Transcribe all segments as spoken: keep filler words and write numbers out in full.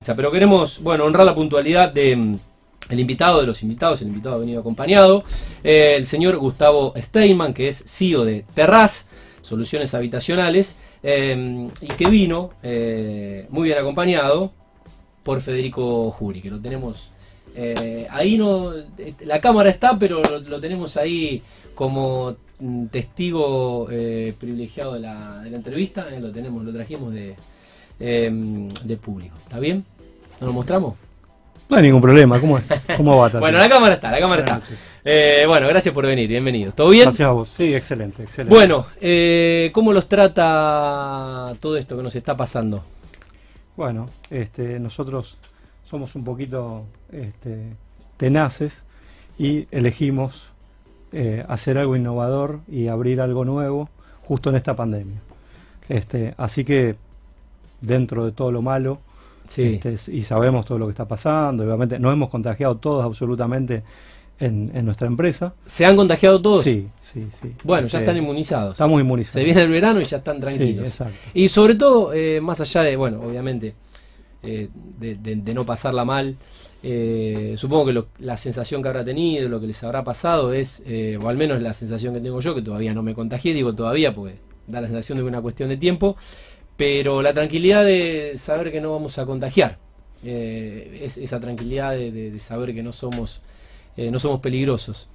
Pero queremos, bueno, honrar la puntualidad de mm, el invitado, de los invitados. El invitado ha venido acompañado, eh, el señor Gustavo Steinman, que es C E O de Terraz, Soluciones Habitacionales, eh, y que vino eh, muy bien acompañado por Federico Juri, que lo tenemos eh, ahí. No, la cámara está, pero lo, lo tenemos ahí como testigo eh, privilegiado de la, de la entrevista. Eh, lo tenemos, lo trajimos de, eh, de público. ¿Está bien? ¿Nos lo mostramos? No hay ningún problema. ¿Cómo, cómo va, Tati? Bueno, la cámara está, la cámara está. Eh, bueno, gracias por venir, bienvenido. ¿Todo bien? Gracias a vos. Sí, excelente, excelente. Bueno, eh, ¿cómo los trata todo esto que nos está pasando? Bueno, este, nosotros somos un poquito este, tenaces y elegimos eh, hacer algo innovador y abrir algo nuevo justo en esta pandemia. Este, así que dentro de todo lo malo, sí. este, y sabemos todo lo que está pasando, obviamente nos hemos contagiado todos absolutamente en, en nuestra empresa. ¿Se han contagiado todos? Sí, sí, sí. Bueno, este, ya están inmunizados. Estamos inmunizados. Se viene el verano y ya están tranquilos. Sí, exacto. Y sobre todo, eh, más allá de, bueno, obviamente, eh, de, de, de no pasarla mal, eh, supongo que lo, la sensación que habrá tenido, lo que les habrá pasado es, eh, o al menos la sensación que tengo yo, que todavía no me contagié, digo todavía porque da la sensación de que es una cuestión de tiempo, pero la tranquilidad de saber que no vamos a contagiar, eh, es, esa tranquilidad de, de, de saber que no somos, eh, no somos peligrosos.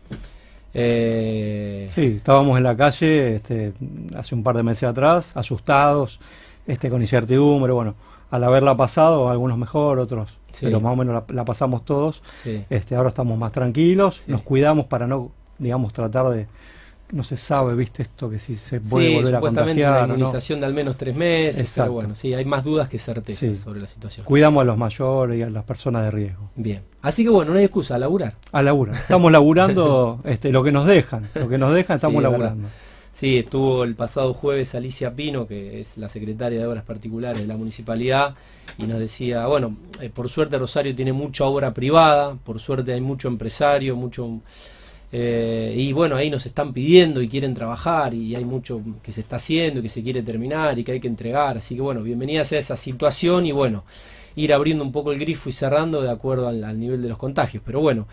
Eh... Sí, estábamos en la calle este, hace un par de meses atrás, asustados, este, con incertidumbre. Bueno, al haberla pasado, algunos mejor, otros, sí, pero más o menos la, la pasamos todos. Sí. Este, ahora estamos más tranquilos, sí, nos cuidamos para no, digamos, tratar de, no se sabe, viste esto, que si se puede sí, volver a contagiar. Una inmunización ¿no? de al menos tres meses. Exacto. Pero bueno, sí, hay más dudas que certezas sí. sobre la situación. Cuidamos a los mayores y a las personas de riesgo. Bien. Así que bueno, no hay excusa, a laburar. A laburar. Estamos laburando este, lo que nos dejan. Lo que nos dejan estamos sí, laburando. Verdad. Sí, estuvo el pasado jueves Alicia Pino, que es la secretaria de Obras Particulares de la Municipalidad, y nos decía, bueno, eh, por suerte Rosario tiene mucha obra privada, por suerte hay mucho empresario, mucho... Eh, y bueno, ahí nos están pidiendo y quieren trabajar y hay mucho que se está haciendo y que se quiere terminar y que hay que entregar, así que bueno, bienvenidas a esa situación y bueno, ir abriendo un poco el grifo y cerrando de acuerdo al, al nivel de los contagios, pero bueno,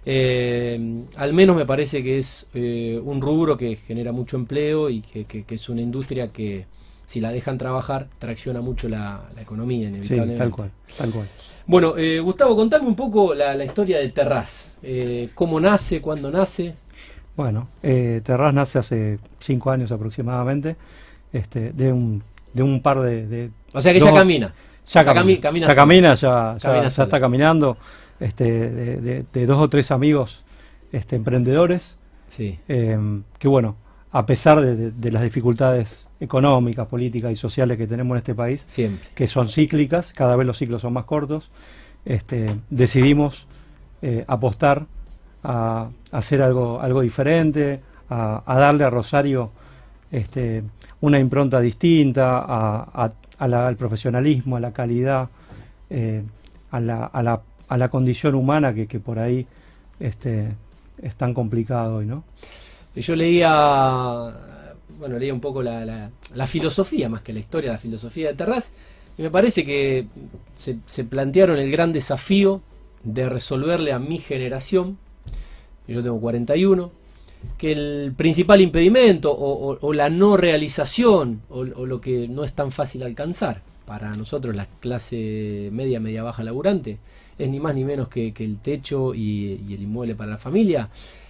eh, al menos me parece que es eh, un rubro que genera mucho empleo y que, que, que es una industria que si la dejan trabajar tracciona mucho la, la economía inevitablemente. Sí, tal cual, tal cual. Bueno, eh, Gustavo, contame un poco la, la historia de Terraz. Eh, ¿Cómo nace? ¿Cuándo nace? Bueno, eh, Terraz nace hace cinco años aproximadamente, este, de un de un par de... de o sea que dos, ya camina. Ya, ya camina, camina, ya, camina ya, camina ya, ya está caminando, este, de, de, de dos o tres amigos este, emprendedores, sí. eh, que bueno, a pesar de, de, de las dificultades económicas, políticas y sociales que tenemos en este país, siempre, que son cíclicas, cada vez los ciclos son más cortos, este, decidimos eh, apostar a, a hacer algo, algo diferente, a, a darle a Rosario este, una impronta distinta, a, a, a la, al profesionalismo, a la calidad, eh, a, la, a, la, a la condición humana que, que por ahí este, es tan complicado hoy, ¿no? Yo leía, bueno, leía un poco la, la, la filosofía, más que la historia, la filosofía de Terraz, y me parece que se, se plantearon el gran desafío de resolverle a mi generación, yo tengo cuarenta y uno, que el principal impedimento o, o, o la no realización o, o lo que no es tan fácil alcanzar para nosotros, la clase media, media baja laburante, es ni más ni menos que, que el techo y, y el inmueble para la familia,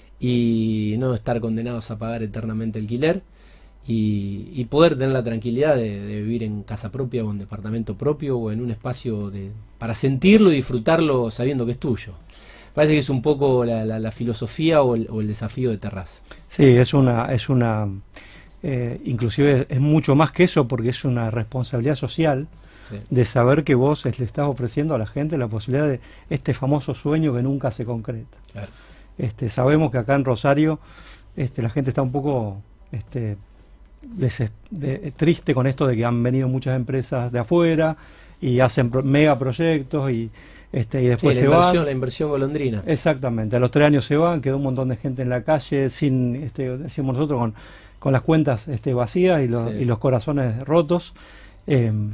y no estar condenados a pagar eternamente alquiler y, y poder tener la tranquilidad de, de vivir en casa propia o en departamento propio o en un espacio de, para sentirlo y disfrutarlo sabiendo que es tuyo. Parece que es un poco la, la, la filosofía o el, o el desafío de Terraz. Sí, es una, es una eh, inclusive es mucho más que eso, porque es una responsabilidad social, sí, de saber que vos le estás ofreciendo a la gente la posibilidad de este famoso sueño que nunca se concreta. Claro. Este, sabemos que acá en Rosario este, la gente está un poco este, des, de, triste con esto de que han venido muchas empresas de afuera y hacen pro, mega proyectos y, este, y después sí, se la inversión, van. La inversión golondrina. Exactamente, a los tres años se van, quedó un montón de gente en la calle, sin, este, decimos nosotros, con, con las cuentas este, vacías y los, sí, y los corazones rotos. Eh,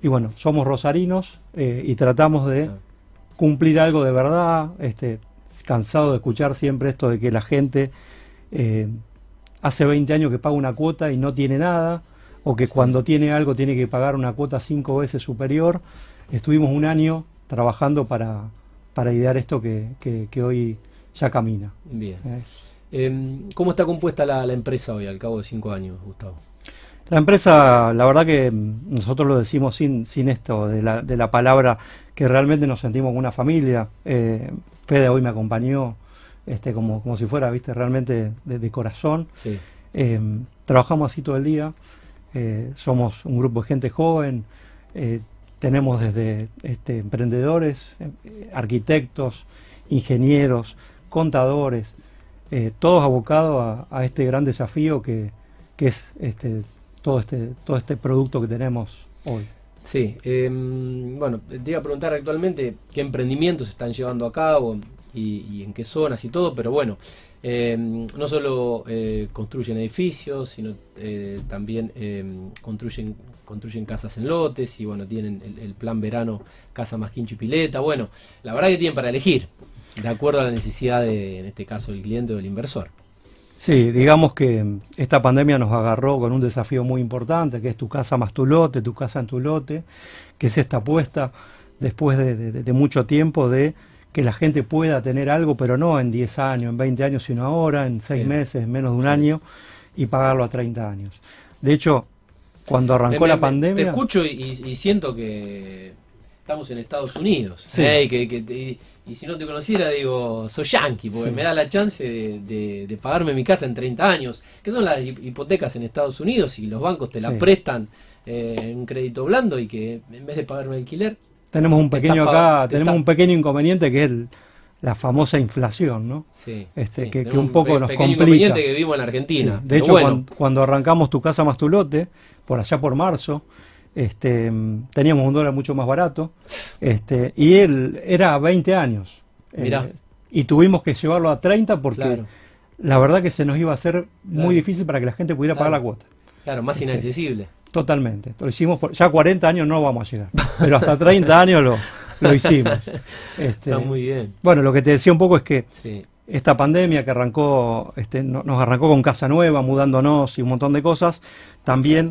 y bueno, somos rosarinos eh, y tratamos de cumplir algo de verdad, este, cansado de escuchar siempre esto de que la gente eh, hace veinte años que paga una cuota y no tiene nada, o que sí. cuando tiene algo tiene que pagar una cuota cinco veces superior. Estuvimos un año trabajando para, para idear esto que, que, que hoy ya camina. Bien. ¿Eh? Eh, ¿Cómo está compuesta la, la empresa hoy al cabo de cinco años, Gustavo? La empresa, la verdad que nosotros lo decimos sin, sin esto de la, de la palabra, que realmente nos sentimos como una familia. Eh, Fede hoy me acompañó este, como, como si fuera, viste, realmente de, de corazón. Sí. Eh, trabajamos así todo el día, eh, somos un grupo de gente joven, eh, tenemos desde este, emprendedores, eh, arquitectos, ingenieros, contadores, eh, todos abocados a, a este gran desafío que, que es este todo este todo este producto que tenemos hoy. Sí, eh, bueno, te iba a preguntar actualmente qué emprendimientos se están llevando a cabo y, y en qué zonas y todo, pero bueno, eh, no solo eh, construyen edificios, sino eh, también eh, construyen construyen casas en lotes y bueno, tienen el, el plan verano, casa más quincho y pileta. Bueno, la verdad que tienen para elegir, de acuerdo a la necesidad de, en este caso, del cliente o del inversor. Sí, digamos que esta pandemia nos agarró con un desafío muy importante, que es tu casa más tu lote, tu casa en tu lote, que es esta apuesta después de, de, de mucho tiempo de que la gente pueda tener algo, pero no en diez años, en veinte años, sino ahora, en seis sí. meses, en menos de un sí. año, y pagarlo a treinta años. De hecho, cuando arrancó me, la me, pandemia... Te escucho y, y siento que estamos en Estados Unidos, sí. ¿eh? que, que, y, y si no te conociera, digo, soy yankee, porque sí. me da la chance de, de, de pagarme mi casa en treinta años, que son las hipotecas en Estados Unidos, y los bancos te la sí. prestan eh, en un crédito blando, y que en vez de pagarme alquiler... Tenemos un pequeño acá, tenemos un pequeño inconveniente, que es el, la famosa inflación, ¿no? Sí, este, sí. que, que un poco pe nos pequeño complica. Inconveniente que vivimos en la Argentina. Sí. De hecho, bueno. cuando, cuando arrancamos Tu Casa Más Tu Lote, por allá por marzo, este, teníamos un dólar mucho más barato, este, y él era veinte años. Mirá. Eh, y tuvimos que llevarlo a treinta porque claro. la verdad que se nos iba a hacer muy claro. difícil para que la gente pudiera claro. pagar la cuota. Claro, más este, inaccesible. Totalmente. Lo hicimos por, ya cuarenta años no vamos a llegar, pero hasta treinta años lo, lo hicimos. Este, Está muy bien. Bueno, lo que te decía un poco es que sí. esta pandemia que arrancó, este, no, nos arrancó con casa nueva, mudándonos y un montón de cosas, también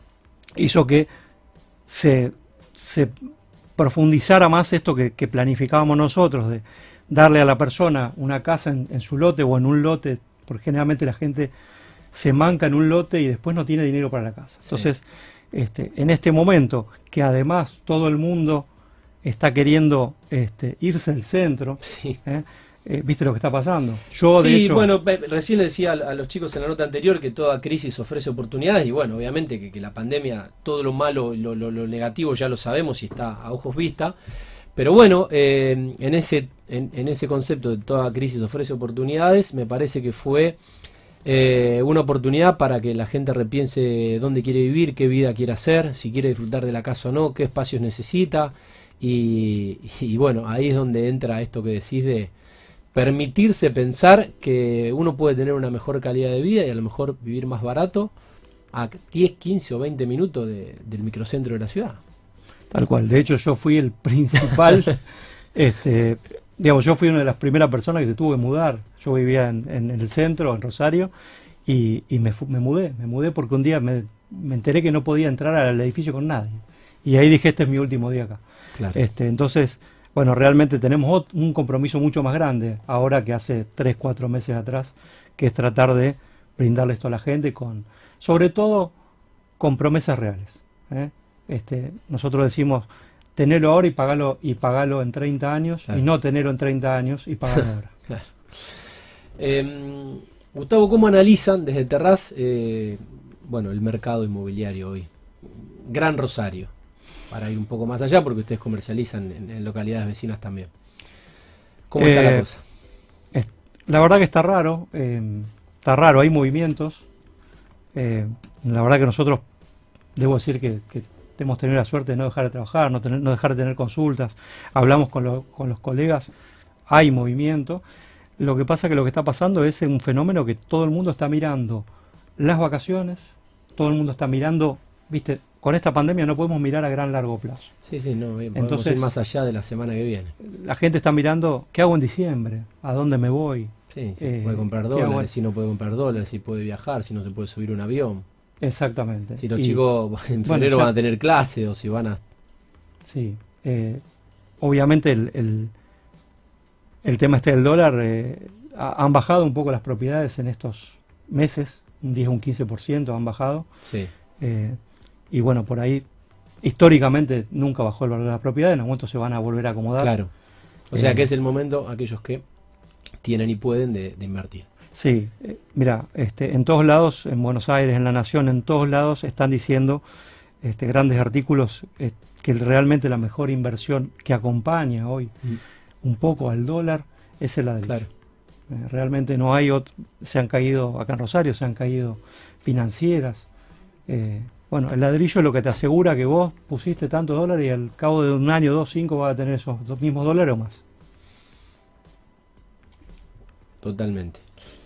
hizo que se, se profundizara más esto que, que planificábamos nosotros, de darle a la persona una casa en, en su lote o en un lote, porque generalmente la gente se manca en un lote y después no tiene dinero para la casa. Entonces, sí. este, en este momento, que además todo el mundo está queriendo este, irse del centro, sí. ¿eh? Eh, ¿Viste lo que está pasando? Yo, sí, de hecho... bueno, recién le decía a los chicos en la nota anterior que toda crisis ofrece oportunidades, y bueno, obviamente que, que la pandemia, todo lo malo, lo, lo, lo negativo ya lo sabemos y está a ojos vista, pero bueno, eh, en, ese, en, en ese concepto de toda crisis ofrece oportunidades, me parece que fue eh, una oportunidad para que la gente repiense dónde quiere vivir, qué vida quiere hacer, si quiere disfrutar de la casa o no, qué espacios necesita, y, y bueno, ahí es donde entra esto que decís de permitirse pensar que uno puede tener una mejor calidad de vida y a lo mejor vivir más barato a diez, quince o veinte minutos de, del microcentro de la ciudad. Tal cual. De hecho, yo fui el principal, este, digamos, yo fui una de las primeras personas que se tuvo que mudar. Yo vivía en, en el centro, en Rosario, y, y me, me mudé. Me mudé porque un día me, me enteré que no podía entrar al edificio con nadie. Y ahí dije, este es mi último día acá. Claro. Este, entonces... Bueno, realmente tenemos un compromiso mucho más grande ahora que hace tres, cuatro meses atrás, que es tratar de brindarle esto a la gente, con, sobre todo con promesas reales. ¿eh? Este, nosotros decimos, tenerlo ahora y pagarlo, y pagarlo en treinta años, claro. y no tenerlo en treinta años y pagarlo ahora. Claro. Eh, Gustavo, ¿cómo analizan desde Terraz eh, bueno, el mercado inmobiliario hoy? Gran Rosario. Para ir un poco más allá, porque ustedes comercializan en, en localidades vecinas también. ¿Cómo está eh, la cosa? Es, la verdad que está raro, eh, está raro, hay movimientos. Eh, la verdad que nosotros, debo decir que, que hemos tenido la suerte de no dejar de trabajar, no, tener, no dejar de tener consultas, hablamos con, lo, con los colegas, hay movimiento. Lo que pasa que lo que está pasando es un fenómeno que todo el mundo está mirando las vacaciones, todo el mundo está mirando, viste, con esta pandemia no podemos mirar a gran largo plazo. Sí, sí, no, bien, podemos Entonces, ir más allá de la semana que viene. La gente está mirando, ¿qué hago en diciembre? ¿A dónde me voy? Sí, si Eh, puede comprar ¿qué hago en- dólares, si no puede comprar dólares, si puede viajar, si no se puede subir un avión. Exactamente. Si los Y, chicos en bueno, febrero ya- van a tener clase o si van a... Sí, eh, obviamente el, el, el tema este del dólar, eh, ha- han bajado un poco las propiedades en estos meses, un diez, un quince por ciento han bajado, Sí, eh, y bueno, por ahí históricamente nunca bajó el valor de las propiedades, en algún momento se van a volver a acomodar. claro. O sea Eh, que es el momento, aquellos que tienen y pueden, de, de invertir. Sí, eh, mira, este, en todos lados, en Buenos Aires, en La Nación, en todos lados están diciendo este, grandes artículos eh, que realmente la mejor inversión que acompaña hoy Mm, un poco al dólar es el ladrillo. claro. Eh, realmente no hay otro, se han caído, acá en Rosario se han caído financieras. Eh, bueno, el ladrillo es lo que te asegura que vos pusiste tantos dólares y al cabo de un año, dos, cinco, vas a tener esos dos mismos dólares o más. Totalmente.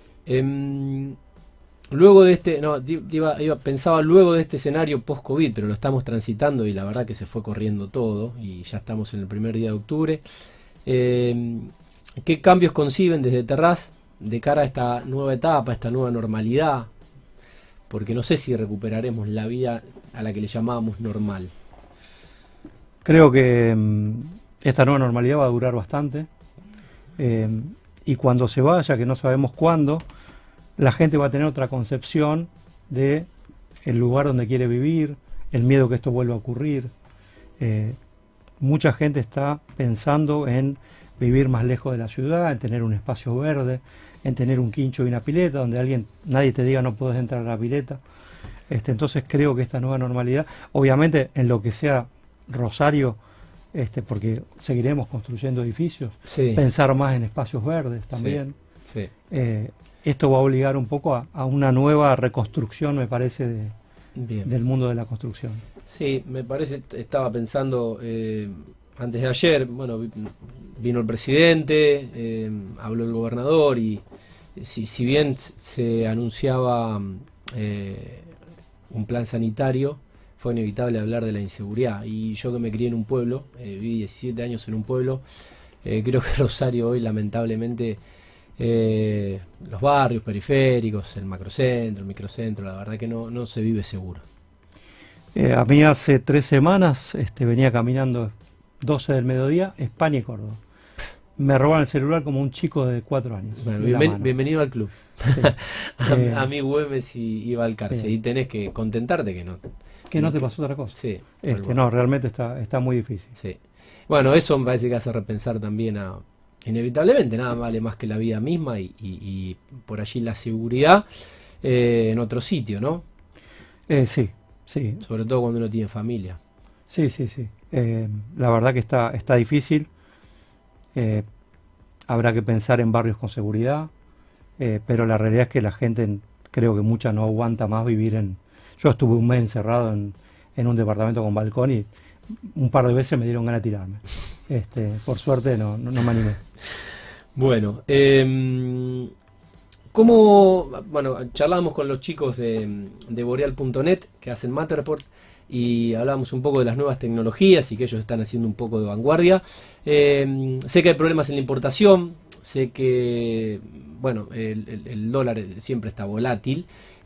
Em, luego de este, no, di- iba, iba- pensaba luego de este escenario post-COVID, pero lo estamos transitando y la verdad que se fue corriendo todo y ya estamos en el primer día de octubre. Em, ¿Qué cambios conciben desde Terraz de cara a esta nueva etapa, a esta nueva normalidad? Porque no sé si recuperaremos la vida a la que le llamábamos normal. Creo que mm, esta nueva normalidad va a durar bastante. eh, y cuando se vaya, que no sabemos cuándo, la gente va a tener otra concepción de el lugar donde quiere vivir, el miedo que esto vuelva a ocurrir. Eh, mucha gente está pensando en vivir más lejos de la ciudad, en tener un espacio verde, en tener un quincho y una pileta, donde alguien, nadie te diga no puedes entrar a la pileta. Este, entonces creo que esta nueva normalidad, obviamente en lo que sea Rosario, este, porque seguiremos construyendo edificios, Sí, pensar más en espacios verdes también. sí. Eh, esto va a obligar un poco a, a una nueva reconstrucción, me parece, de- Bien. del mundo de la construcción. Sí, me parece, estaba pensando eh, antes de ayer, bueno, vi- vino el presidente, eh, habló el gobernador y eh, si, si bien se anunciaba eh, un plan sanitario, fue inevitable hablar de la inseguridad. Y yo que me crié en un pueblo, eh, viví diecisiete años en un pueblo, eh, creo que Rosario hoy lamentablemente, eh, los barrios periféricos, el macrocentro, el microcentro, la verdad que no, no se vive seguro. Eh, a mí hace tres semanas este, venía caminando doce del mediodía, España y Córdoba. Me robaron el celular como un chico de cuatro años. Bueno, de la bienven- mano. bienvenido al club. Sí. a, Eh, a mí Güemes y, y Balcarce. bien. Y tenés que contentarte que no. Que no te pasó otra cosa. Sí, Este, tal no, cual. realmente está, está muy difícil. Sí. Bueno, eso me parece que hace repensar también a... Inevitablemente, nada vale más que la vida misma y, y- y por allí la seguridad eh, en otro sitio, ¿no? Eh, sí, sí, Sobre todo cuando uno tiene familia. sí, sí, sí. Eh, la verdad que está, está difícil. Eh, habrá que pensar en barrios con seguridad, eh, pero la realidad es que la gente, en- creo que mucha no aguanta más vivir en... Yo estuve un mes encerrado en, en un departamento con balcón y un par de veces me dieron ganas de tirarme. Este, por suerte no, no, no me animé. Bueno, eh, ¿cómo, bueno, charlábamos con los chicos de, de Boreal punto net que hacen Matterport y hablábamos un poco de las nuevas tecnologías y que ellos están haciendo un poco de vanguardia. Eh, sé que hay problemas en la importación, sé que, bueno, el, el- el dólar siempre está volátil.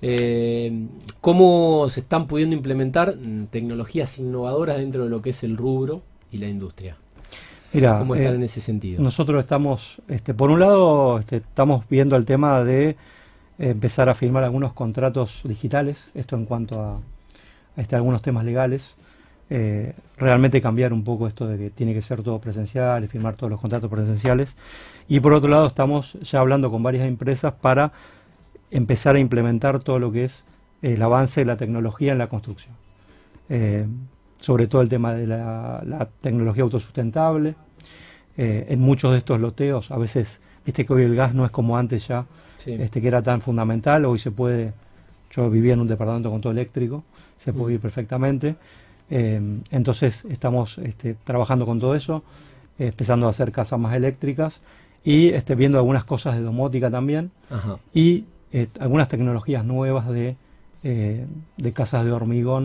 Eh, ¿Cómo se están pudiendo implementar mm, tecnologías innovadoras dentro de lo que es el rubro y la industria? Mira, ¿Cómo están eh, en ese sentido? nosotros estamos, este, por un lado, este, estamos viendo el tema de eh, empezar a firmar algunos contratos digitales, esto en cuanto a, a este, algunos temas legales, eh, realmente cambiar un poco esto de que tiene que ser todo presencial y firmar todos los contratos presenciales. Y por otro lado, estamos ya hablando con varias empresas para empezar a implementar todo lo que es el avance de la tecnología en la construcción. Eh, sobre todo el tema de la, la tecnología autosustentable. Eh, en muchos de estos loteos, a veces, viste que hoy el gas no es como antes ya, Sí. este, que era tan fundamental. Hoy se puede, yo vivía en un departamento con todo eléctrico, se puede Mm. vivir perfectamente. Eh, entonces estamos este, trabajando con todo eso, eh, empezando a hacer casas más eléctricas y este, viendo algunas cosas de domótica también Ajá. y eh, algunas tecnologías nuevas de, eh, de casas de hormigón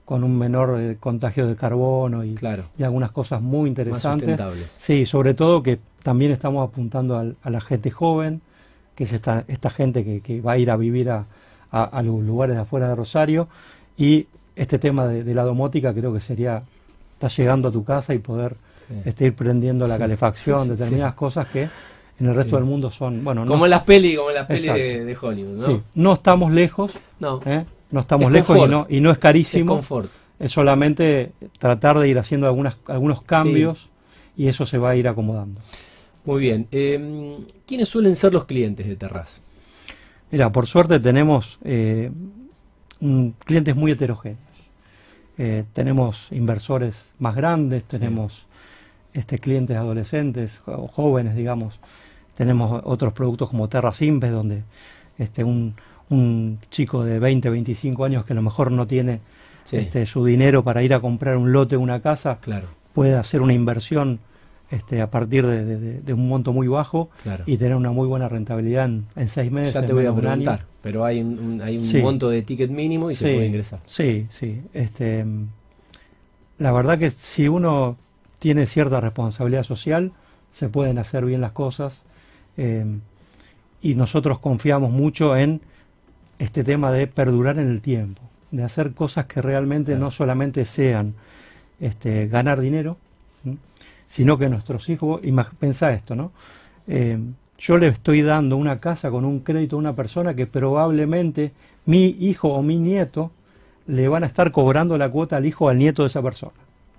con un menor eh, contagio de carbono y, Claro. y algunas cosas muy Más interesantes. sustentables. Sí, sobre todo que también estamos apuntando al- a la gente joven, que es esta, esta gente que, que va a ir a vivir a, a- a los lugares de afuera de Rosario. Y este tema de, de la domótica creo que sería, estar llegando a tu casa y poder Sí. este, ir prendiendo la calefacción, determinadas Sí. cosas que en el resto Sí. del mundo son, bueno, Como no, en las pelis, como en las pelis Exacto. de, de Hollywood, ¿no? sí, no estamos lejos, No, ¿eh? No estamos Es lejos y confort. no, y no es es carísimo. confort. Es solamente tratar de ir haciendo algunas, algunos cambios y eso se va a ir acomodando. Muy bien. Eh, ¿Quiénes suelen ser los clientes de Terraz? Mira, por suerte tenemos eh, un- clientes muy heterogéneos. Eh, tenemos inversores más grandes, tenemos este, clientes adolescentes o jóvenes, digamos. Tenemos otros productos como Terraz Invest, donde este, un, un chico de veinte, veinticinco años que a lo mejor no tiene Sí, este, su dinero para ir a comprar un lote o una casa, claro, puede hacer una inversión este, a partir de, de- de- de un monto muy bajo claro. y tener una muy buena rentabilidad en, en seis meses, Ya te en voy a menos de un año. preguntar, pero hay un, un- hay un Sí. monto de ticket mínimo y se Sí, puede ingresar. Sí, sí. Este, mm, la verdad que si uno tiene cierta responsabilidad social, se pueden hacer bien las cosas. eh, y nosotros confiamos mucho en este tema de perdurar en el tiempo, de hacer cosas que realmente Claro. no solamente sean este, ganar dinero, ¿m? sino que nuestros hijos, imag- pensá esto, ¿no? Eh, yo le estoy dando una casa con un crédito a una persona que probablemente mi hijo o mi nieto le van a estar cobrando la cuota al hijo o al nieto de esa persona.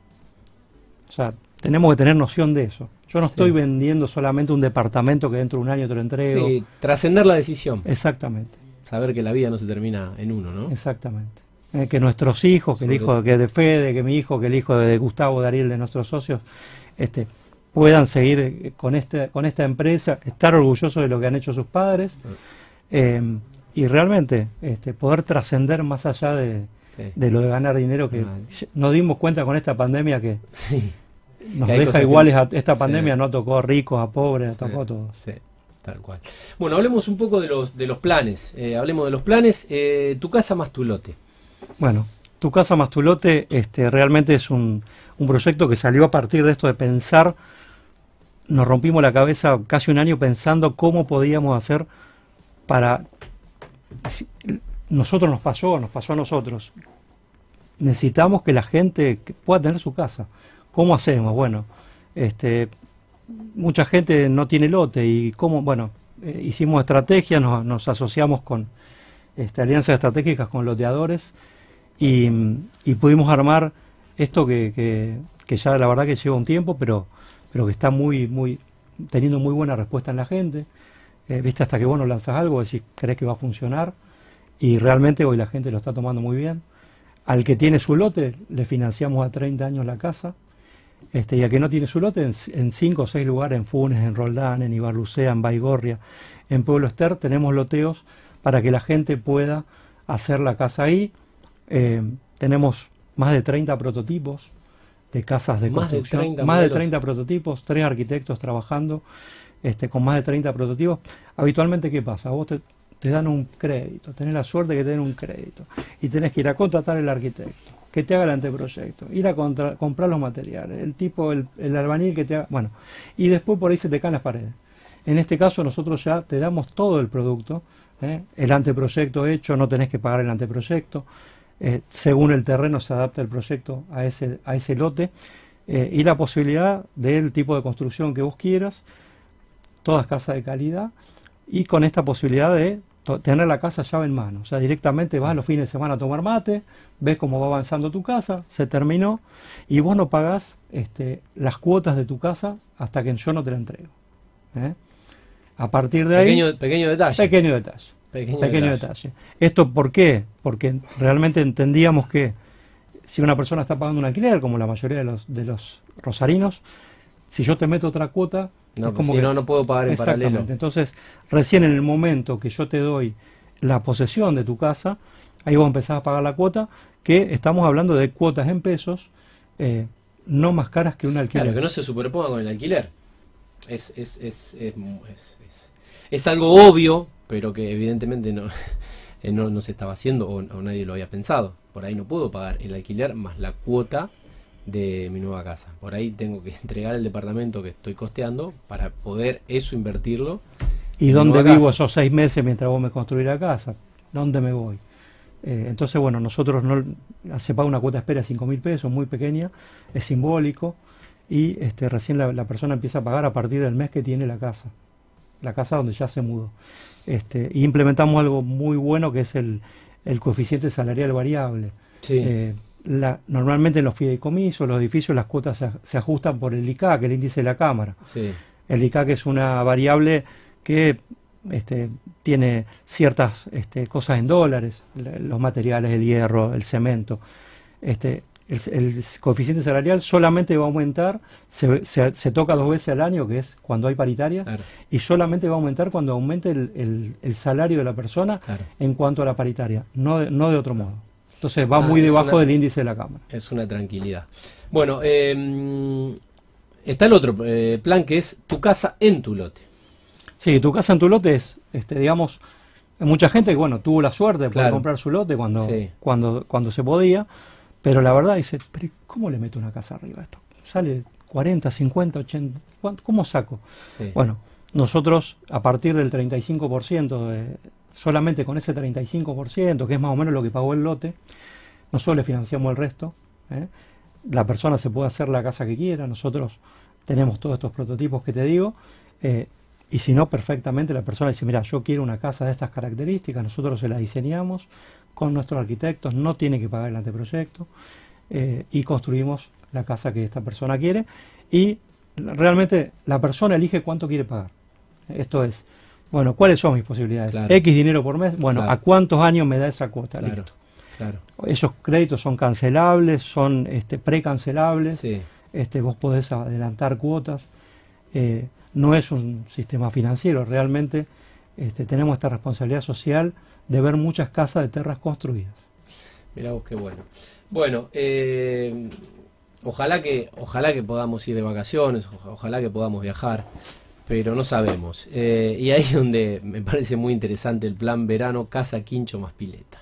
O sea, tenemos que tener noción de eso. Yo no estoy Sí. vendiendo solamente un departamento que dentro de un año te lo entrego. Sí, trascender la decisión. Exactamente, Saber que la vida no se termina en uno, ¿no? exactamente. Eh, que nuestros hijos, que el Sobre- hijo que de Fede, que mi hijo, que el hijo de Gustavo, de Ariel, de nuestros socios, este, puedan seguir eh, con, este, con esta empresa, estar orgullosos de lo que han hecho sus padres eh, y realmente este, poder trascender más allá de, Sí. de lo de ganar dinero, que Ah. nos dimos cuenta con esta pandemia que Sí. nos Que hay deja cosas que- iguales. A, esta Sí. pandemia no tocó a ricos, a pobres, Sí, tocó a todos. sí, tal cual. Bueno, hablemos un poco de los, de los planes. Eh, hablemos de los planes. Eh, tu casa más tu lote. Bueno, Tu casa más tu lote este, realmente es un, un proyecto que salió a partir de esto de pensar. Nos rompimos la cabeza casi un año pensando cómo podíamos hacer para... si- nosotros nos pasó, nos pasó a nosotros. Necesitamos que la gente que pueda tener su casa. ¿Cómo hacemos? Bueno, este, mucha gente no tiene lote y cómo, bueno, eh, hicimos estrategias, nos, nos asociamos con este, alianzas estratégicas con loteadores y, y pudimos armar esto que, que, que ya la verdad que lleva un tiempo, pero, pero que está muy, muy, teniendo muy buena respuesta en la gente. Eh, viste, hasta que vos no lanzas algo, decís, crees que va a funcionar y realmente hoy la gente lo está tomando muy bien. Al que tiene su lote le financiamos a treinta años la casa. Este, y al que no tiene su lote, en cinco o seis lugares, en Funes, en Roldán, en Ibarlucea, en Baigorria, en Pueblo Ester, tenemos loteos para que la gente pueda hacer la casa ahí. Eh, tenemos más de treinta prototipos de casas de Más de construcción. treinta más de modelos. treinta prototipos, tres arquitectos trabajando este, con más de treinta prototipos. Habitualmente, ¿qué pasa? Vos te, te dan un crédito, tenés la suerte que te den un crédito y tenés que ir a contratar el arquitecto, que te haga el anteproyecto, ir a contra- comprar los materiales, el tipo, el, el albañil que te haga, bueno, y después por ahí se te caen las paredes. En este caso nosotros ya te damos todo el producto, ¿eh? El anteproyecto hecho, no tenés que pagar el anteproyecto, eh, según el terreno se adapta el proyecto a ese, a ese lote, eh, y la posibilidad del tipo de construcción que vos quieras, todas casas de calidad, y con esta posibilidad de to- tener la casa llave en mano. O sea, directamente vas los fines de semana a tomar mate, ves cómo va avanzando tu casa, se terminó, y vos no pagás este, las cuotas de tu casa hasta que yo no te la entrego. ¿eh? A partir de ahí, Pequeño, pequeño detalle. pequeño detalle. Pequeño, Pequeño detalle. detalle. ¿Esto por qué? Porque realmente entendíamos que si una persona está pagando un alquiler, como la mayoría de los, de los rosarinos, si yo te meto otra cuota, No, es pues como si que... no, no puedo pagar en Exactamente. paralelo. Entonces, recién en el momento que yo te doy la posesión de tu casa, ahí vos empezás a pagar la cuota, que estamos hablando de cuotas en pesos, eh, no más caras que un alquiler. Claro, que no se superponga con el alquiler. Es, es, es, es, es, es- es algo obvio, pero que evidentemente no, eh, no, no se estaba haciendo o, o nadie lo había pensado. Por ahí no puedo pagar el alquiler más la cuota de mi nueva casa. Por ahí tengo que entregar el departamento que estoy costeando para poder eso invertirlo. ¿Y dónde vivo esos seis meses mientras vos me construís la casa? ¿Dónde me voy? Eh, entonces, bueno, nosotros no se paga una cuota de espera de cinco mil pesos, muy pequeña, es simbólico, y este, recién la, la persona empieza a pagar a partir del mes que tiene la casa, la casa donde ya se mudó. Este, y implementamos algo muy bueno que es el, el coeficiente salarial variable. Sí. Eh, la, normalmente en los fideicomisos, los edificios, las cuotas se, se ajustan por el I C A, que es el índice de la Cámara. Sí. El I C A, que es una variable que este, tiene ciertas este, cosas en dólares, los materiales, el hierro, el cemento. Este, el, el coeficiente salarial solamente va a aumentar, se, se, se toca dos veces al año, que es cuando hay paritaria, Claro. y solamente va a aumentar cuando aumente el, el, el salario de la persona Claro. en cuanto a la paritaria, no de, no de otro modo. Entonces va Ah, muy es debajo una- del índice de la Cámara. Es una tranquilidad. Bueno, eh, está el otro eh, plan que es tu casa en tu lote. Sí, tu casa en tu lote es, este, digamos, hay mucha gente que, bueno, tuvo la suerte de poder Claro. comprar su lote cuando, Sí. cuando, cuando se podía, pero la verdad dice, pero ¿cómo le meto una casa arriba a esto? Sale cuarenta, cincuenta, ochenta, ¿cuánto- ¿cómo saco? Sí. Bueno, nosotros a partir del treinta y cinco por ciento, de, solamente con ese treinta y cinco por ciento, que es más o menos lo que pagó el lote, nosotros le financiamos el resto, ¿eh? La persona se puede hacer la casa que quiera, nosotros tenemos todos estos prototipos que te digo, eh, y si no, perfectamente la persona dice, mira, yo quiero una casa de estas características, nosotros se la diseñamos con nuestros arquitectos, no tiene que pagar el anteproyecto, eh, y construimos la casa que esta persona quiere, y realmente la persona elige cuánto quiere pagar. Esto es, bueno, ¿cuáles son mis posibilidades? Claro. X dinero por mes, bueno, Claro. ¿a cuántos años me da esa cuota? Claro. Listo. Claro. Esos créditos son cancelables, son este, precancelables, Sí. este, vos podés adelantar cuotas, eh, no es un sistema financiero, realmente este, tenemos esta responsabilidad social de ver muchas casas de terras construidas. Mirá vos qué bueno. Bueno, eh, ojalá que, ojalá que podamos ir de vacaciones, oja- ojalá que podamos viajar, pero no sabemos. Eh, y ahí es donde me parece muy interesante el plan verano, casa, quincho más pileta.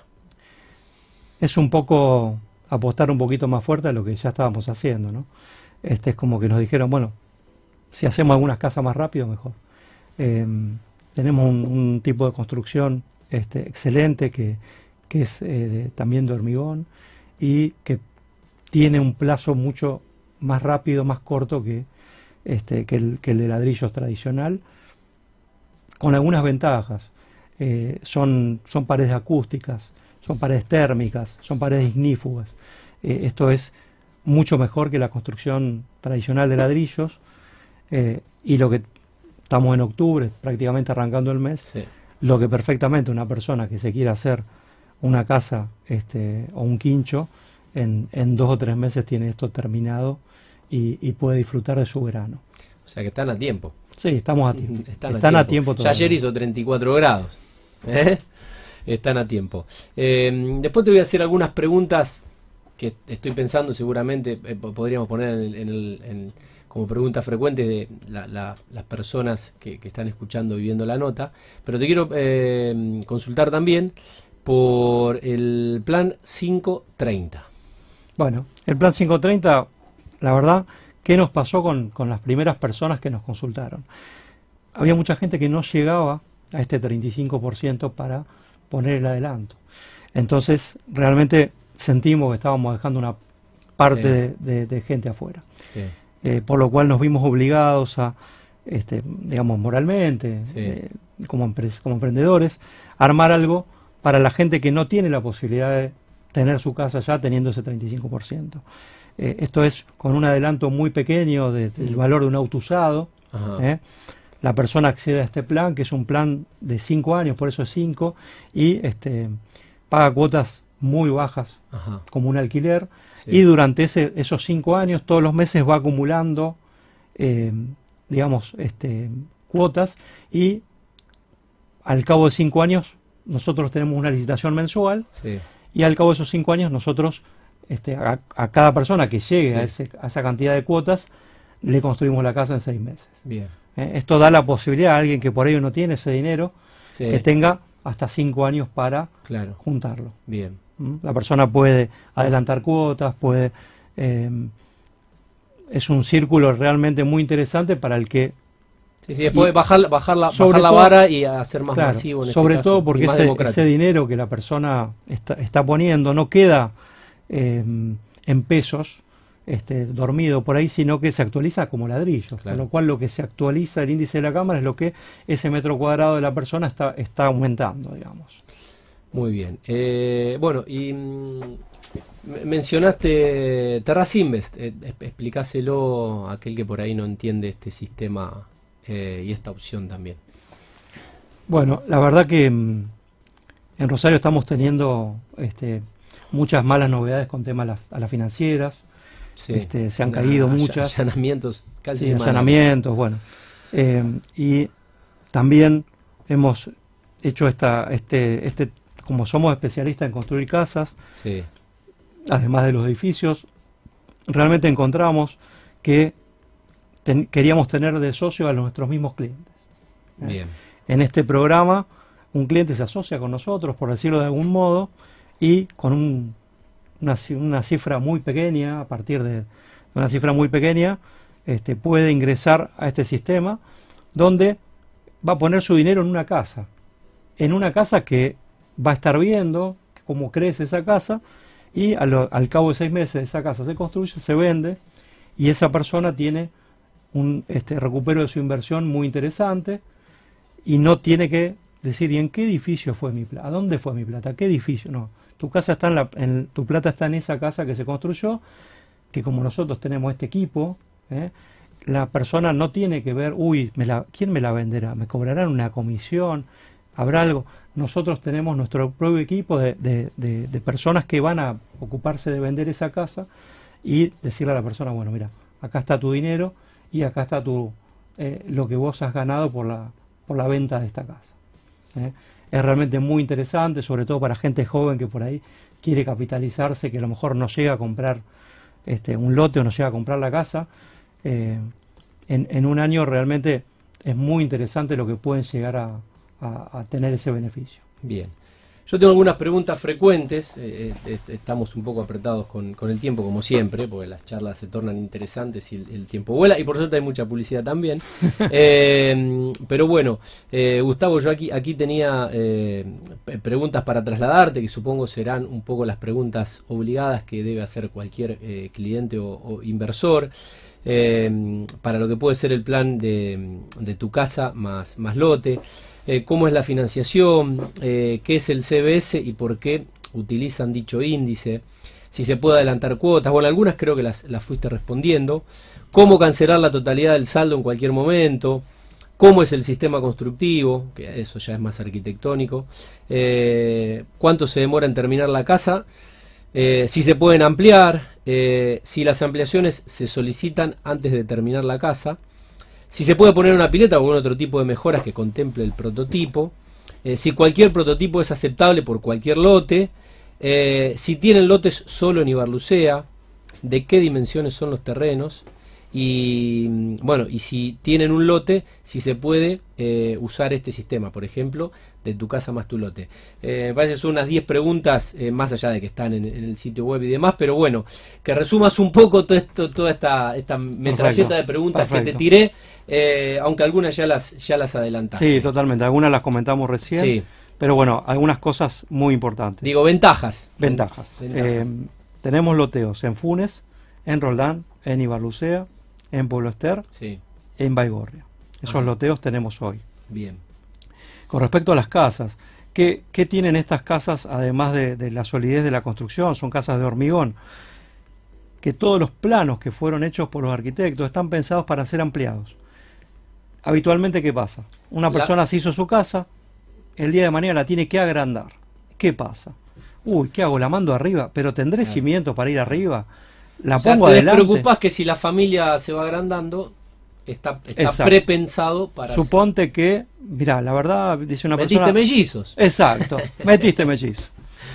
Es un poco apostar un poquito más fuerte a lo que ya estábamos haciendo, ¿no? Este es como que nos dijeron, bueno, si hacemos algunas casas más rápido, mejor. Eh, tenemos un, un tipo de construcción este, excelente que, que es eh, de- también de hormigón y que tiene un plazo mucho más rápido, más corto que, este, que, el, que el de ladrillos tradicional, con algunas ventajas. Eh, son, son paredes acústicas, son paredes térmicas, son paredes ignífugas. Eh, esto es mucho mejor que la construcción tradicional de ladrillos, eh, y lo que estamos en octubre, prácticamente arrancando el mes, Sí. lo que perfectamente una persona que se quiera hacer una casa este, o un quincho, en, en dos o tres meses tiene esto terminado y, y puede disfrutar de su verano. O sea que están a tiempo. Sí, estamos a tiempo. Están, Están a tiempo Ya todavía. ayer hizo treinta y cuatro grados. ¿eh? Están a tiempo. Eh, después te voy a hacer algunas preguntas que estoy pensando, seguramente eh, po- podríamos poner en el- en el- en- como preguntas frecuentes de la- la- las personas que, que están escuchando y viendo la nota. Pero te quiero eh, consultar también por el plan quinientos treinta. Bueno, el plan quinientos treinta, la verdad, ¿qué nos pasó con, con las primeras personas que nos consultaron? Había mucha gente que no llegaba a este treinta y cinco por ciento para poner el adelanto. Entonces, realmente sentimos que estábamos dejando una parte Sí. de, de- de gente afuera. Sí. Eh, por lo cual nos vimos obligados a, este, digamos, moralmente, Sí. eh, como, empre- como emprendedores, a armar algo para la gente que no tiene la posibilidad de tener su casa ya teniendo ese treinta y cinco por ciento. Eh, esto es con un adelanto muy pequeño de- del Mm. valor de un auto usado. Ajá. ¿eh? La persona accede a este plan, que es un plan de cinco años, por eso es cinco, y este, paga cuotas muy bajas, Ajá. como un alquiler, Sí. y durante ese, esos cinco años, todos los meses va acumulando, eh, digamos, este, cuotas, y al cabo de cinco años nosotros tenemos una licitación mensual, Sí. y al cabo de esos cinco años nosotros, este, a, a cada persona que llegue Sí. a, ese- a esa cantidad de cuotas, le construimos la casa en seis meses. Bien. ¿eh? Esto da la posibilidad a alguien que por ello no tiene ese dinero, Sí. que tenga hasta cinco años para claro. juntarlo. Bien. ¿Mm? La persona puede adelantar cuotas, puede... Eh, es un círculo realmente muy interesante para el que... Sí, sí, después y, bajar, bajar, la, bajar la todo, vara y hacer más claro, masivo en sobre este todo caso, porque ese, ese dinero que la persona está, está poniendo no queda eh, en pesos este, dormido por ahí, sino que se actualiza como ladrillos, claro. Con lo cual lo que se actualiza el índice de la cámara es lo que ese metro cuadrado de la persona está, está aumentando, digamos. Muy bien. Eh, bueno, y mm, mencionaste Terracinvest, eh, explicáselo a aquel que por ahí no entiende este sistema eh, y esta opción también. Bueno, la verdad que mm, en Rosario estamos teniendo este, muchas malas novedades con temas a, la, a las financieras. Sí, este, se han nah, caído muchas. Allanamientos, casi. Sí, allanamientos, bueno. Eh, y también hemos hecho esta, este, este, como somos especialistas en construir casas, sí. Además de los edificios, realmente encontramos que ten, queríamos tener de socio a nuestros mismos clientes. ¿eh? Bien. En este programa, un cliente se asocia con nosotros, por decirlo de algún modo, y con un Una, una cifra muy pequeña, a partir de una cifra muy pequeña, este, puede ingresar a este sistema, donde va a poner su dinero en una casa, en una casa que va a estar viendo cómo crece esa casa, y a lo, al cabo de seis meses esa casa se construye, se vende, y esa persona tiene un este, recupero de su inversión muy interesante, y no tiene que decir, ¿y en qué edificio fue mi plata? ¿A dónde fue mi plata? ¿Qué edificio? No. Tu casa está en la, en, tu plata está en esa casa que se construyó, que como nosotros tenemos este equipo, ¿eh? La persona no tiene que ver, uy, me la, ¿quién me la venderá? ¿Me cobrarán una comisión? ¿Habrá algo? Nosotros tenemos nuestro propio equipo de, de, de, de personas que van a ocuparse de vender esa casa y decirle a la persona, bueno, mira, acá está tu dinero y acá está tu, eh, lo que vos has ganado por la, por la venta de esta casa. ¿eh? Es realmente muy interesante, sobre todo para gente joven que por ahí quiere capitalizarse, que a lo mejor no llega a comprar este, un lote o no llega a comprar la casa. Eh, en, en un año realmente es muy interesante lo que pueden llegar a, a, a tener ese beneficio. Bien. Yo tengo algunas preguntas frecuentes, eh, eh, estamos un poco apretados con, con el tiempo como siempre, porque las charlas se tornan interesantes y el, el tiempo vuela, y por suerte hay mucha publicidad también. eh, pero bueno, eh, Gustavo, yo aquí, aquí tenía eh, preguntas para trasladarte, que supongo serán un poco las preguntas obligadas que debe hacer cualquier eh, cliente o, o inversor, eh, para lo que puede ser el plan de, de tu casa más, más lote. Eh, cómo es la financiación, eh, qué es el C B S y por qué utilizan dicho índice, si se puede adelantar cuotas, bueno, algunas creo que las, las fuiste respondiendo, cómo cancelar la totalidad del saldo en cualquier momento, cómo es el sistema constructivo, que eso ya es más arquitectónico, eh, cuánto se demora en terminar la casa, eh, si se pueden ampliar, eh, si las ampliaciones se solicitan antes de terminar la casa, si se puede poner una pileta o algún otro tipo de mejoras que contemple el prototipo, eh, si cualquier prototipo es aceptable por cualquier lote, eh, si tienen lotes solo en Ibarlucea, de qué dimensiones son los terrenos, y bueno, y si tienen un lote, si se puede eh, usar este sistema, por ejemplo, de tu casa más tu lote. Eh, me parece que son unas diez preguntas, eh, más allá de que están en, en el sitio web y demás, pero bueno, que resumas un poco todo esto, toda esta, esta metralleta de preguntas Perfecto. que te tiré, eh, aunque algunas ya las, ya las adelantaste. Sí, totalmente, algunas las comentamos recién, sí. Pero bueno, algunas cosas muy importantes. Digo, ventajas. Ventajas. ventajas. Eh, tenemos loteos en Funes, en Roldán, en Ibarlucea, en Pueblo Ester, sí. en Baigorria. Esos Ajá. loteos tenemos hoy. Bien. Con respecto a las casas, ¿qué, qué tienen estas casas además de, de la solidez de la construcción? Son casas de hormigón. Que todos los planos que fueron hechos por los arquitectos están pensados para ser ampliados. Habitualmente, ¿qué pasa? Una la... persona se hizo su casa, el día de mañana la tiene que agrandar. ¿Qué pasa? Uy, ¿qué hago? ¿La mando arriba? ¿Pero tendré claro. cimientos para ir arriba? ¿La o sea, pongo te adelante? Te preocupas que si la familia se va agrandando, está, está prepensado para... Suponte hacer. que, mirá, la verdad, dice una Metiste persona... Metiste mellizos. Exacto, metiste mellizos.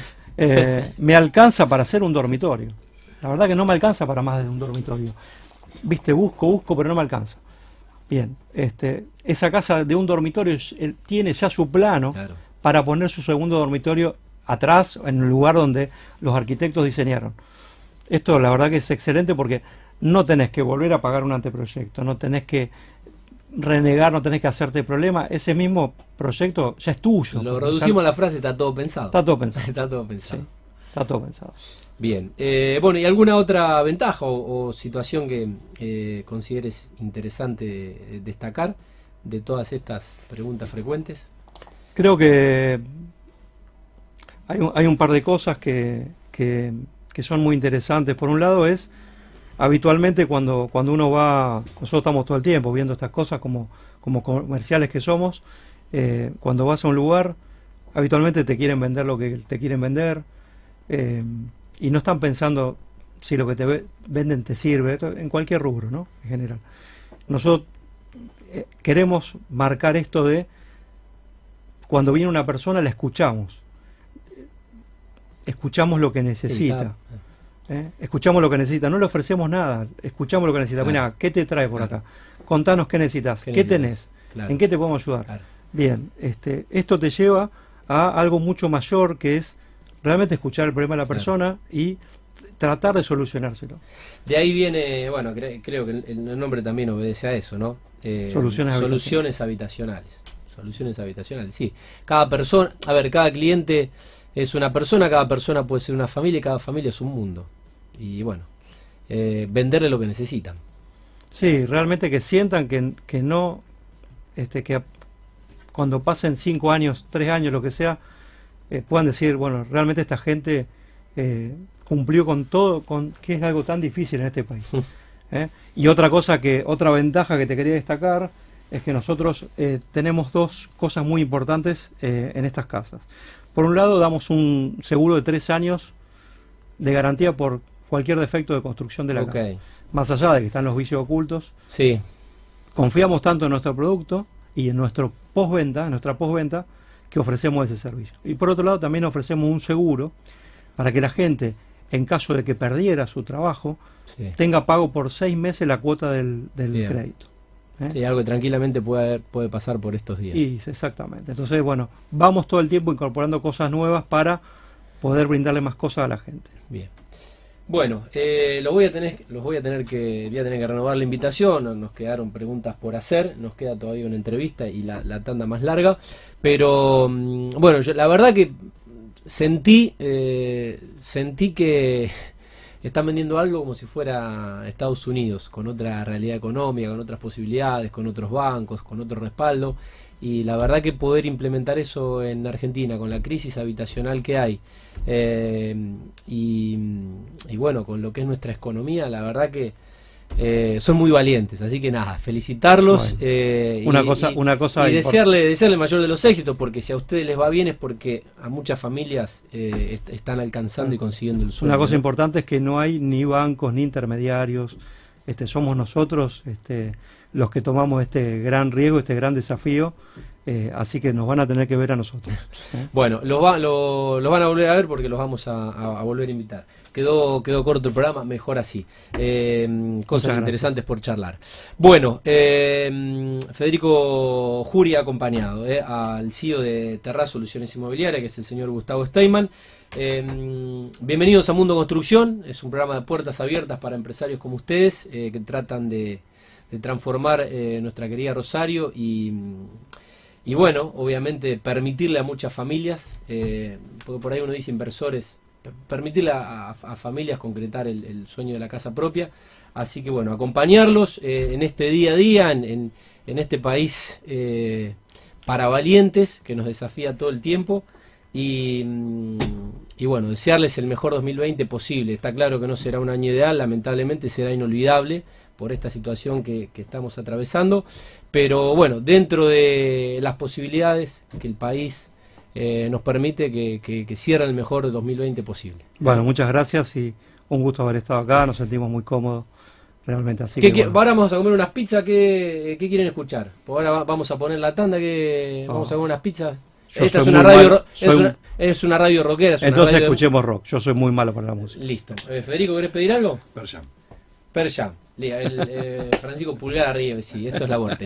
Eh, me alcanza para hacer un dormitorio. La verdad que no me alcanza para más de un dormitorio. Viste, busco, busco, pero no me alcanza. Bien, este, esa casa de un dormitorio él tiene ya su plano, claro. para poner su segundo dormitorio atrás, en el lugar donde los arquitectos diseñaron. Esto la verdad que es excelente porque no tenés que volver a pagar un anteproyecto, no tenés que renegar, no tenés que hacerte problema, ese mismo proyecto ya es tuyo. Lo reducimos a la frase, está todo pensado. Está todo pensado. Está todo pensado. Sí, está todo pensado. Bien. Eh, bueno, ¿y alguna otra ventaja o, o situación que eh, consideres interesante destacar de todas estas preguntas frecuentes? Creo que hay un, hay un par de cosas que, que, que son muy interesantes. Por un lado es, habitualmente cuando, cuando uno va, nosotros estamos todo el tiempo viendo estas cosas como, como comerciales que somos, eh, cuando vas a un lugar, habitualmente te quieren vender lo que te quieren vender, eh, y no están pensando si lo que te ve, venden te sirve, en cualquier rubro, ¿no? En general. Nosotros eh, queremos marcar esto de, cuando viene una persona la escuchamos, escuchamos lo que necesita. ¿Eh? Escuchamos lo que necesita, no le ofrecemos nada, escuchamos lo que necesita. Claro. Mira, ¿qué te trae por claro. acá? Contanos qué necesitas, qué, ¿Qué necesitas? tenés, claro. en qué te podemos ayudar. Claro. Bien, este, esto te lleva a algo mucho mayor, que es realmente escuchar el problema de la persona claro. y tratar de solucionárselo. De ahí viene, bueno, cre creo que el, el nombre también obedece a eso, ¿no? Eh, soluciones, soluciones habitacionales. Soluciones habitacionales, sí. Cada persona, a ver, cada cliente es una persona, cada persona puede ser una familia y cada familia es un mundo. Y bueno, eh, venderle lo que necesitan. Sí, realmente que sientan que, que no, este, que cuando pasen cinco años, tres años, lo que sea, eh, puedan decir, bueno, realmente esta gente eh, cumplió con todo, con que es algo tan difícil en este país. ¿eh? Y otra cosa que, otra ventaja que te quería destacar es que nosotros eh, tenemos dos cosas muy importantes eh, en estas casas. Por un lado, damos un seguro de tres años de garantía por cualquier defecto de construcción de la okay. casa. Más allá de que están los vicios ocultos, sí. confiamos tanto en nuestro producto y en nuestro postventa, en nuestra postventa, que ofrecemos ese servicio. Y por otro lado, también ofrecemos un seguro para que la gente, en caso de que perdiera su trabajo, sí. tenga pago por seis meses la cuota del, del crédito. ¿Eh? Sí, algo que tranquilamente puede, puede pasar por estos días. Y, exactamente. Entonces, bueno, vamos todo el tiempo incorporando cosas nuevas para poder brindarle más cosas a la gente. Bien. Bueno, eh, lo voy a tener, los voy a tener que, voy a tener que renovar la invitación. Nos quedaron preguntas por hacer, nos queda todavía una entrevista y la, la tanda más larga. Pero bueno, yo, la verdad que sentí, eh, sentí que están vendiendo algo como si fuera Estados Unidos, con otra realidad económica, con otras posibilidades, con otros bancos, con otro respaldo. Y la verdad que poder implementar eso en Argentina, con la crisis habitacional que hay, eh, y, y bueno, con lo que es nuestra economía, la verdad que eh, son muy valientes. Así que nada, felicitarlos, bueno, eh, una y, cosa, y, una cosa y desearle, desearle el mayor de los éxitos, porque si a ustedes les va bien es porque a muchas familias eh, est están alcanzando y consiguiendo el sueño. Una cosa ¿no? importante es que no hay ni bancos ni intermediarios, este, somos nosotros este, los que tomamos este gran riesgo, este gran desafío, eh, así que nos van a tener que ver a nosotros. ¿eh? Bueno, los, va, lo, los van a volver a ver porque los vamos a, a, a volver a invitar. Quedó, quedó corto el programa, mejor así. Eh, cosas interesantes por charlar. Bueno, eh, Federico Juri ha acompañado eh, al C E O de Terraz Soluciones Inmobiliarias, que es el señor Gustavo Steinman. Eh, bienvenidos a Mundo Construcción, es un programa de puertas abiertas para empresarios como ustedes, eh, que tratan de, de transformar eh, nuestra querida Rosario y... Y bueno, obviamente permitirle a muchas familias, eh, porque por ahí uno dice inversores, permitirle a, a, a familias concretar el, el sueño de la casa propia. Así que bueno, acompañarlos eh, en este día a día, en, en, en este país eh, para valientes, que nos desafía todo el tiempo. Y, y bueno, desearles el mejor dos mil veinte posible. Está claro que no será un año ideal, lamentablemente será inolvidable por esta situación que, que estamos atravesando. Pero bueno, dentro de las posibilidades que el país eh, nos permite, que, que, que cierre el mejor dos mil veinte posible. Bueno, muchas gracias y un gusto haber estado acá, nos sentimos muy cómodos realmente. Así ¿Qué, que, bueno. Ahora vamos a comer unas pizzas, ¿qué, qué quieren escuchar? Ahora vamos a poner la tanda, que oh. vamos a comer unas pizzas. Yo Esta es una, radio, es, un... una, es una radio rockera. Es Entonces una radio escuchemos de... rock, yo soy muy malo para la música. Listo. Eh, Federico, ¿querés pedir algo? Pearl Jam. Pearl Jam. El, eh, Francisco Pulgar arriba, sí, esto es la vuelta.